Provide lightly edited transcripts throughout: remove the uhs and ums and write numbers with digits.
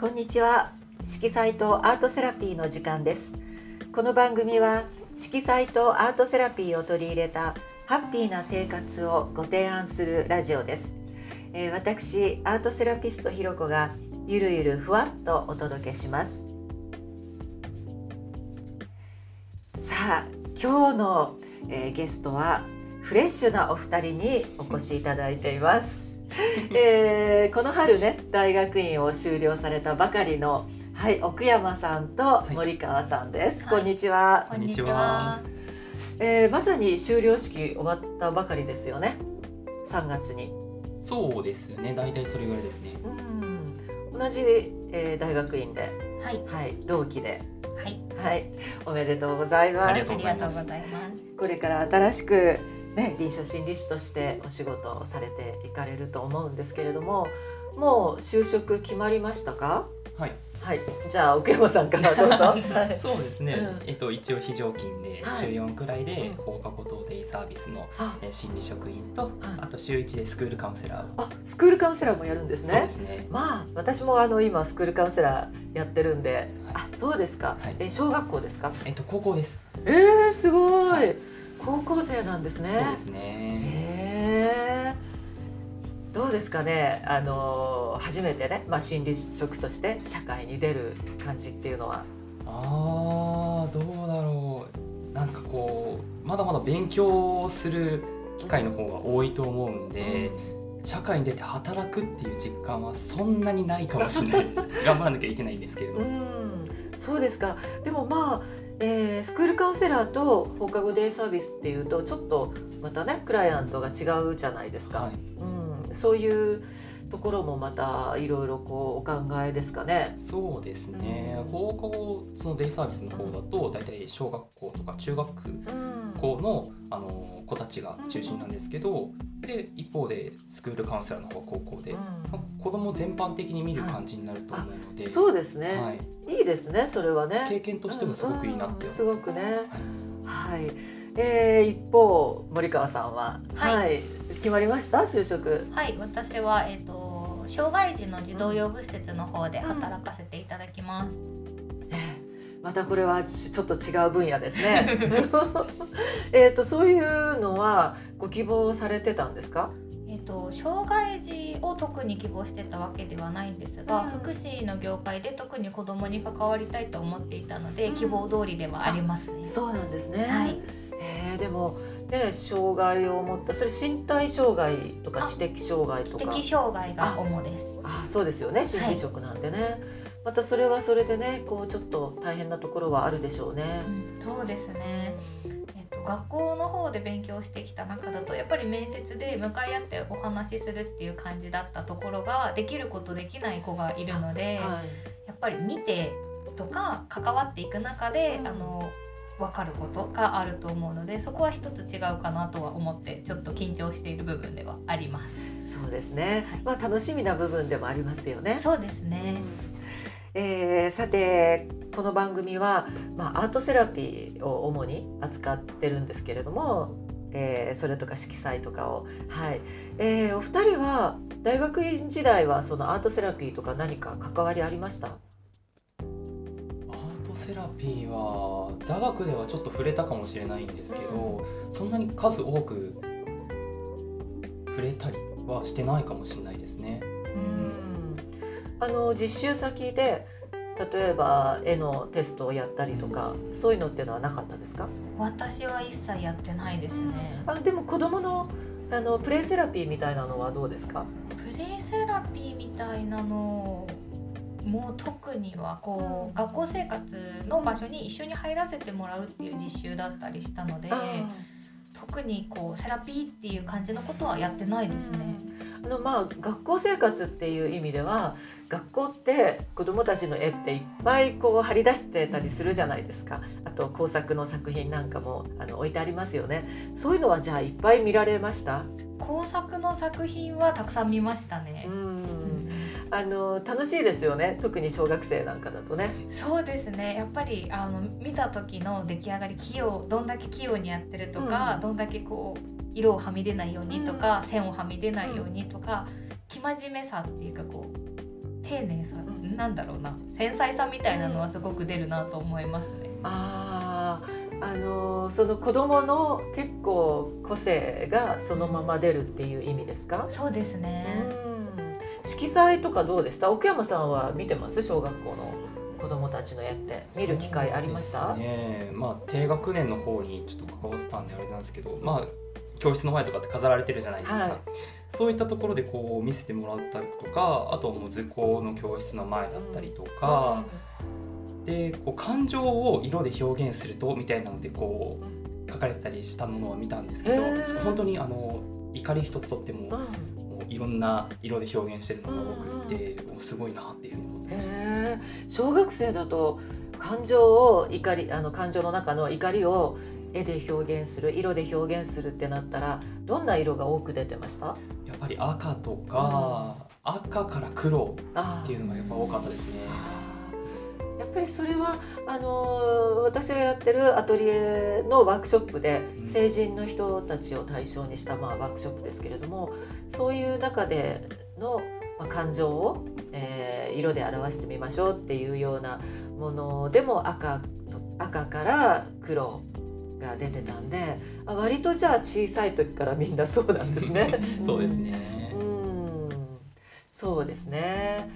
こんにちは。色彩とアートセラピーの時間です。この番組は色彩とアートセラピーを取り入れたハッピーな生活をご提案するラジオです。私アートセラピストひろこがゆるゆるふわっとお届けします。さあ、今日の、ゲストはフレッシュなお二人にお越しいただいています。この春ね、大学院を修了されたばかりの、奥山さんと森川さんです。こんにちは。 こんにちは。 まさに修了式終わったばかりですよね。3月に。 そうですね。大体それぐらいですね。 同じ、大学院で、同期で、おめでとうございます。 ありがとうございます。 これから新しく臨床心理士としてお仕事をされていかれると思うんですけれども、もう就職決まりましたか？じゃあ奥山さんからどうぞ。 そうですね、一応非常勤で週4くらいで放課後等デイサービスの心理職員と、あと週1でスクールカウンセラーを。 スクールカウンセラーもやるんですね。 そうですね。 私も今スクールカウンセラーやってるんで、そうですか。小学校ですか？ 高校です。 すごい。高校生なんですね。 そうですね。 どうですかね、初めてね、心理職として社会に出る感じっていうのは。 どうだろう。なんかこうまだまだ勉強する機会の方が多いと思うんで、社会に出て働くっていう実感はそんなにないかもしれないです。頑張らなきゃいけないんですけれど。 そうですか。でもスクールカウンセラーと放課後デイサービスっていうとちょっとまたねクライアントが違うじゃないですか。そういうところもまたいろいろお考えですかね。 そうですね。放課後そのデイサービスの方だとだいたい小学校とか中学校の子たちが中心なんですけど、で一方でスクールカウンセラーの方は高校で、子供全般的に見る感じになると思うので。 そうですね。いいですね、それはね。 経験としてもすごくいいなってすごくね。一方森川さんは、決まりました？就職。 私は障害児の児童養護施設の方で働かせていただきます。 またこれはちょっと違う分野ですね。そういうのはご希望されてたんですか？ 障害児を特に希望してたわけではないんですが、福祉の業界で特に子どもに関わりたいと思っていたので、希望通りではありますね。 そうなんですね。でもね、障害を持った、それ身体障害とか知的障害とか。 知的障害が主です。 そうですよね、心理職なんでね。またそれはそれでね、ちょっと大変なところはあるでしょうね。 そうですね。学校の方で勉強してきた中だとやっぱり面接で向かい合ってお話しするっていう感じだったところができる子とできない子がいるので、やっぱり見てとか関わっていく中で分かることがあると思うので、そこは一つ違うかなとは思ってちょっと緊張している部分ではあります。 そうですね。楽しみな部分でもありますよね。 そうですね。 さてこの番組は、アートセラピーを主に扱ってるんですけれども、それとか色彩とかを、お二人は大学院時代はそのアートセラピーとか何か関わりありました？ アートセラピーは座学ではちょっと触れたかもしれないんですけど、そんなに数多く触れたりはしてないかもしれないですね。 実習先で例えば絵のテストをやったりとか、そういうのっていうのはなかったですか？ 私は一切やってないですね。 でも子どものプレイセラピーみたいなのはどうですか？ プレイセラピーみたいなのもう特には学校生活の場所に一緒に入らせてもらうっていう実習だったりしたので、特にセラピーっていう感じのことはやってないですね。 学校生活っていう意味では学校って子どもたちの絵っていっぱい貼り出してたりするじゃないですか。あと工作の作品なんかも置いてありますよね。そういうのはじゃあいっぱい見られました？ 工作の作品はたくさん見ましたね。 楽しいですよね、特に小学生なんかだとね。 そうですね。やっぱり見た時の出来上がり、どんだけ器用にやってるとか、どんだけ色をはみ出ないようにとか、線をはみ出ないようにとか、生真面目さっていうか丁寧さ、なんだろうな、繊細さみたいなのはすごく出るなと思いますね。 その子供の結構個性がそのまま出るっていう意味ですか？ そうですね。 色彩とかどうでした？奥山さんは見てます？小学校の子供たちの絵って見る機会ありました？ そうですね、低学年の方にちょっと関わったんであれなんですけど、教室の前とかって飾られてるじゃないですか、はい、そういったところでこう見せてもらったりとか、あともう図工の教室の前だったりとか、でこう感情を色で表現するとみたいなのでこう書かれたりしたものを見たんですけど、本当に怒り一つとっても、もういろんな色で表現してるのが多くって、もうすごいなっていうふうに思ってました。 小学生だと感情の中の怒りを絵で表現する、色で表現するってなったらどんな色が多く出てました？やっぱり赤とか、赤から黒っていうのがやっぱ多かったですね。 やっぱりそれは私がやってるアトリエのワークショップで成人の人たちを対象にしたワークショップですけれども、そういう中での感情を、色で表してみましょうっていうようなものでも赤から黒が出てたんで、割とじゃあ小さい時からみんなそうなんですね。 そうですね。 そうですね。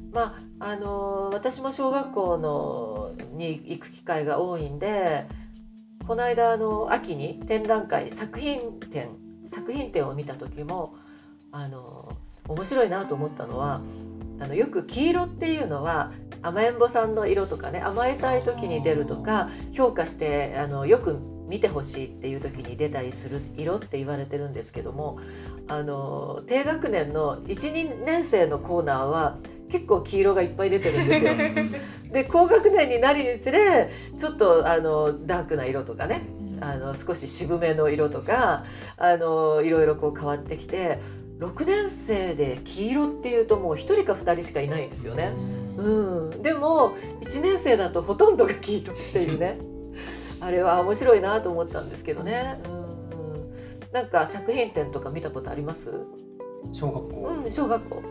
私も小学校に行く機会が多いんで、この間秋に展覧会作品展を見た時も面白いなと思ったのは、よく黄色っていうのは甘えん坊さんの色とかね、甘えたい時に出るとか、評価してよく見てほしいっていう時に出たりする色って言われてるんですけども、低学年の 1,2 年生のコーナーは結構黄色がいっぱい出てるんですよ。で高学年になるにつれちょっとダークな色とかね、少し渋めの色とかいろいろこう変わってきて、6年生で黄色っていうともう1人か2人しかいないんですよね。でも1年生だとほとんどが黄色っていうねあれは面白いなと思ったんですけどね。なんか作品展とか見たことあります？ 小学校？ 小学校。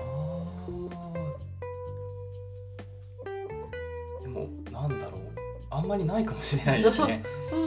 でもなんだろう、あんまりないかもしれないですね。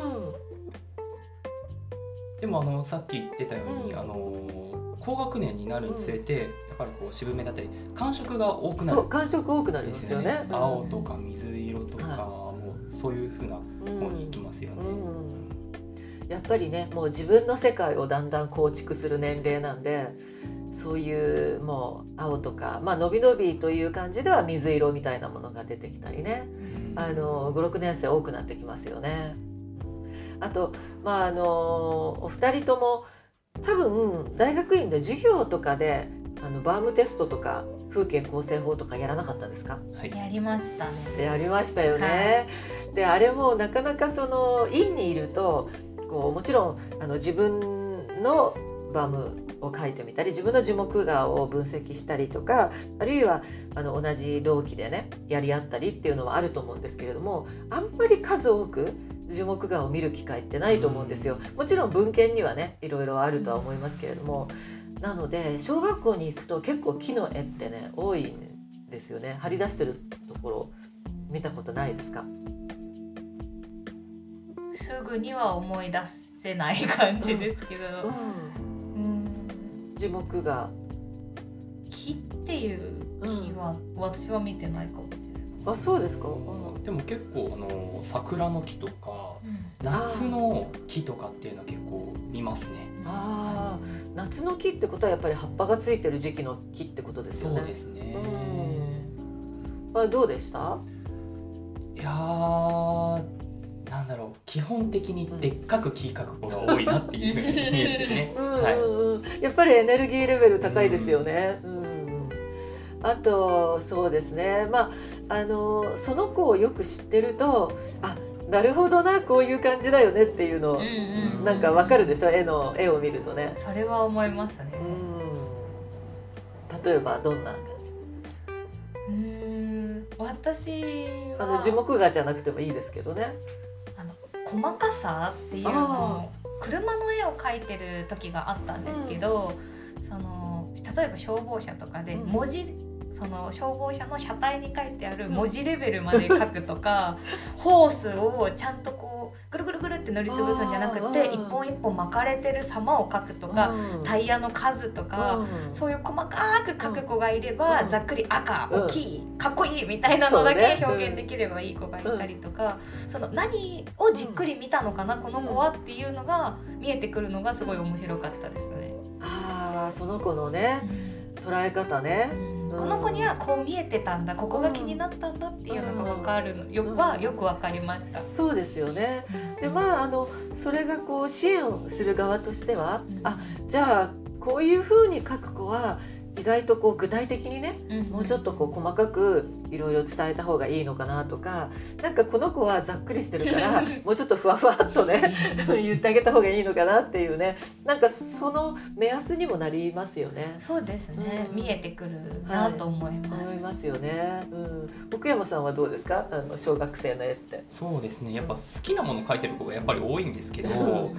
でもさっき言ってたように、高学年になるにつれて、やっぱりこう渋めだったり感触が多くなる。 そう、感触多くなりますよね。 青とか水色とか、もうそういう風な方に行きますよね。 やっぱりね、もう自分の世界をだんだん構築する年齢なんで、そういうもう青とか、のびのびという感じでは水色みたいなものが出てきたりね、5、6年生多くなってきますよね。あと、お二人とも多分大学院の授業とかでバームテストとか風景構成法とかやらなかったですか？ やりましたね。 やりましたよね。であれもなかなか院にいるともちろん自分のバームを描いてみたり、自分の樹木画を分析したりとか、あるいは同じ同期でねやり合ったりっていうのはあると思うんですけれども、あんまり数多く樹木画を見る機会ってないと思うんですよ。もちろん文献にはねいろいろあるとは思いますけれども、なので小学校に行くと結構木の絵ってね多いんですよね。張り出してるところ見たことないですか？ すぐには思い出せない感じですけど、 樹木画、 木っていう木は私は見てないかもしれない。 あ、そうですか。 でも結構桜の木とか、夏の木とかっていうのは結構見ますね。 夏の木ってことはやっぱり葉っぱがついてる時期の木ってことですよね。 そうですね。 どうでした？ いやなんだろう、基本的にでっかく木描く子が多いなっていうイメージですね。 やっぱりエネルギーレベル高いですよね。あとそうですね、その子をよく知ってると、なるほどな、こういう感じだよねっていうのなんかわかるでしょ、絵を見るとね。 それは思いますね。 例えばどんな感じ？ 私は樹木画じゃなくてもいいですけどね。 細かさっていうのを車の絵を描いてる時があったんですけど、例えば消防車とかで文字、 その消防車の車体に書いてある文字レベルまで書くとか、ホースをちゃんとこうぐるぐるぐるって塗りつぶすんじゃなくて一本一本巻かれてる様を書くとか、タイヤの数とか、そういう細かく書く子がいれば、ざっくり赤、大きい、かっこいいみたいなのだけ表現できればいい子がいたりとか、その何をじっくり見たのかな、この子はっていうのが見えてくるのがすごい面白かったですね。 その子のね、捉え方ね、 この子にはこう見えてたんだ、ここが気になったんだっていうのが分かるのはよく分かりました。 そうですよね。でそれがこう支援をする側としては、じゃあこういう風に書く子は意外とこう具体的にね、もうちょっとこう細かくいろいろ伝えた方がいいのかなとか、なんかこの子はざっくりしてるからもうちょっとふわふわっとね言ってあげた方がいいのかなっていうね、なんかその目安にもなりますよね。 そうですね、見えてくるなと思います。 思いますよね。奥山さんはどうですか、小学生の絵って。 そうですね、やっぱ好きなもの描いてる子がやっぱり多いんですけど、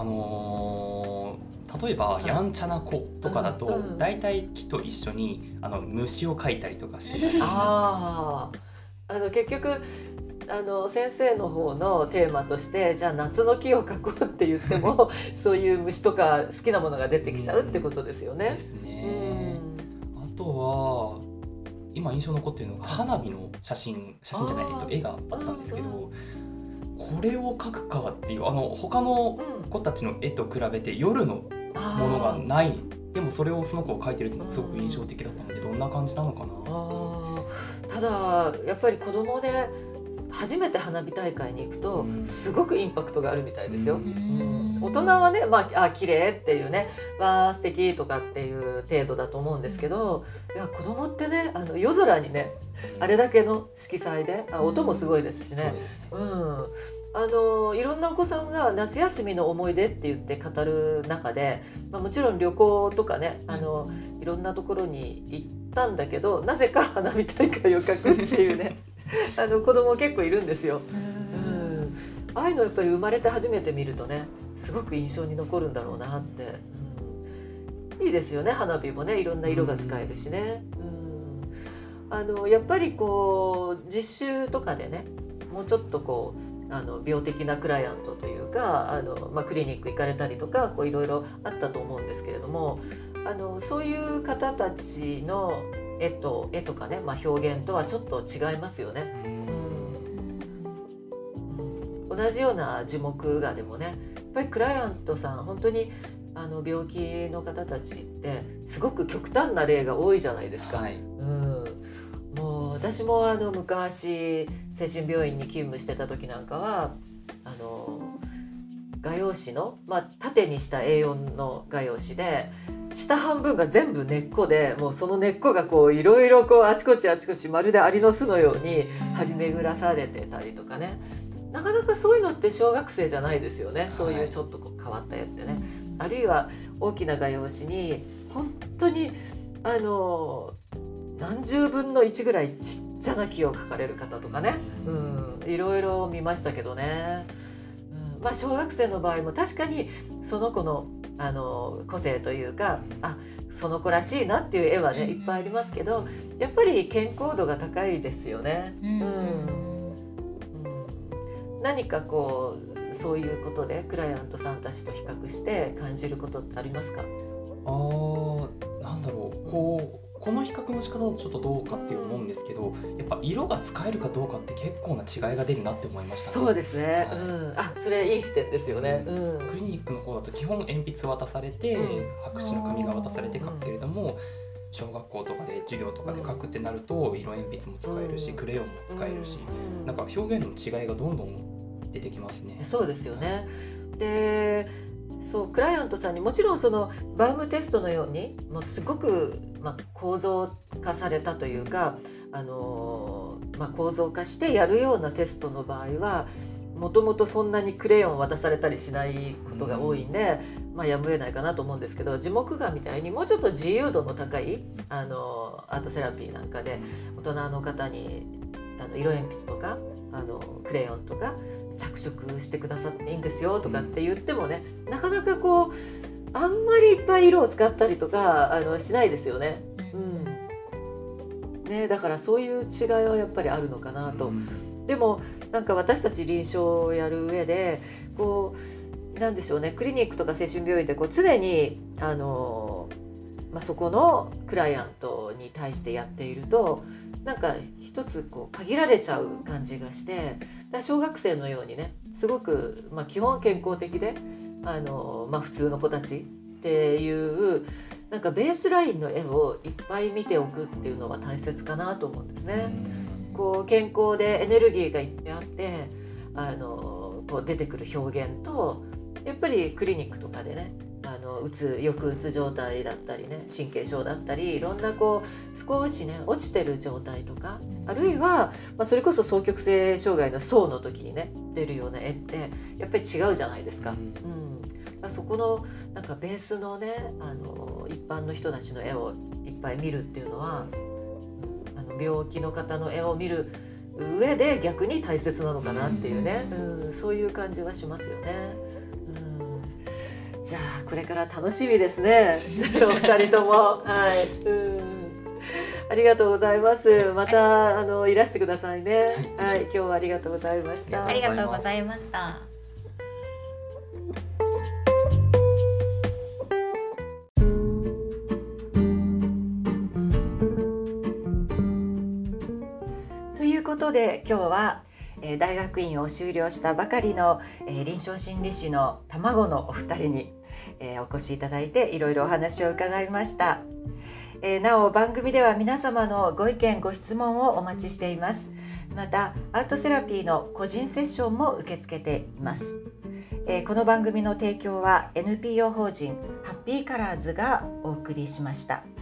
例えばやんちゃな子とかだと大体木と一緒に虫を描いたりとかしてたり、 結局先生の方のテーマとしてじゃあ夏の木を描こうって言ってもそういう虫とか好きなものが出てきちゃうってことですよね。 ですね。あとは今印象に残っているのが花火の写真じゃない、絵があったんですけど、これを描くかっていう他の子たちの絵と比べて夜のものがない、でもそれをその子が描いてるっていうのがすごく印象的だったので、どんな感じなのかな。 ただやっぱり子供で初めて花火大会に行くとすごくインパクトがあるみたいですよ。大人はね、綺麗っていうね、わー素敵とかっていう程度だと思うんですけど、いや子供ってね、夜空にね、あれだけの色彩で、音もすごいですしね。いろんなお子さんが夏休みの思い出って言って語る中で、もちろん旅行とかね、いろんなところに行ったんだけど、なぜか花火大会を描くっていうね子供結構いるんですよ。ああいうのやっぱり生まれて初めて見るとね、すごく印象に残るんだろうなって。いいですよね、花火もね、いろんな色が使えるしね。やっぱりこう実習とかでね、もうちょっとこう病的なクライアントというかクリニック行かれたりとかいろいろあったと思うんですけれども、そういう方たちの絵とかね、表現とはちょっと違いますよね。同じような樹木画でもね、やっぱりクライアントさん本当に病気の方たちってすごく極端な例が多いじゃないですか。もう私も昔精神病院に勤務してた時なんかは画用紙の、縦にした A4 の画用紙で下半分が全部根っこで、もうその根っこがいろいろあちこちまるでアリの巣のように張り巡らされてたりとかね、なかなかそういうのって小学生じゃないですよね。そういうちょっと変わった絵ってね、あるいは大きな画用紙に本当に何十分の1ぐらいちっちゃな木を描かれる方とかね、いろいろ見ましたけどね。小学生の場合も確かにその子の個性というか、その子らしいなっていう絵はね、いっぱいありますけど、やっぱり健康度が高いですよね。何かそういうことでクライアントさんたちと比較して感じることってありますか？ なんだろう、この比較の仕方だとちょっとどうかって思うんですけど、やっぱ色が使えるかどうかって結構な違いが出るなって思いましたね。 そうですね。それいい視点ですよね。 クリニックの方だと基本鉛筆渡されて、白紙の紙が渡されて書くけれども、小学校とかで授業とかで書くってなると色鉛筆も使えるし、クレヨンも使えるし、なんか表現の違いがどんどん出てきますね。 そうですよね。でクライアントさんにもちろんそのバウムテストのようにもうすごく、構造化されたというか、構造化してやるようなテストの場合はもともとそんなにクレヨン渡されたりしないことが多いんで、やむを得ないかなと思うんですけど、樹木画みたいにもうちょっと自由度の高いアートセラピーなんかで大人の方に色鉛筆とかクレヨンとか着色してくださっていいんですよとかって言ってもね、なかなかあんまりいっぱい色を使ったりとかしないですよね。 ね、だからそういう違いはやっぱりあるのかなと。でもなんか私たち臨床をやる上でこうなんでしょうね、クリニックとか精神病院でこう常にそこのクライアントに対してやっているとなんか一つこう限られちゃう感じがして、だから小学生のようにねすごく、基本健康的で普通の子たちっていうなんかベースラインの絵をいっぱい見ておくっていうのは大切かなと思うんですね。こう健康でエネルギーがいっぱいあってこう出てくる表現とやっぱりクリニックとかでね抑うつ状態だったりね神経症だったりいろんなこう少しね落ちてる状態とかあるいは、それこそ双極性障害の層の時にね出るような絵ってやっぱり違うじゃないですか。そこのなんかベースのね一般の人たちの絵をいっぱい見るっていうのは病気の方の絵を見る上で逆に大切なのかなっていうね、そういう感じはしますよね。じゃあこれから楽しみですねお二人ともはい、ありがとうございます。またいらしてくださいね。はい、今日はありがとうございました。 ありがとうございました。 ということで今日は大学院を修了したばかりの臨床心理士の卵のお二人にお越しいただいていろいろお話を伺いました。なお番組では皆様のご意見ご質問をお待ちしています。またアートセラピーの個人セッションも受け付けています。この番組の提供は NPO 法人ハッピーカラーズがお送りしました。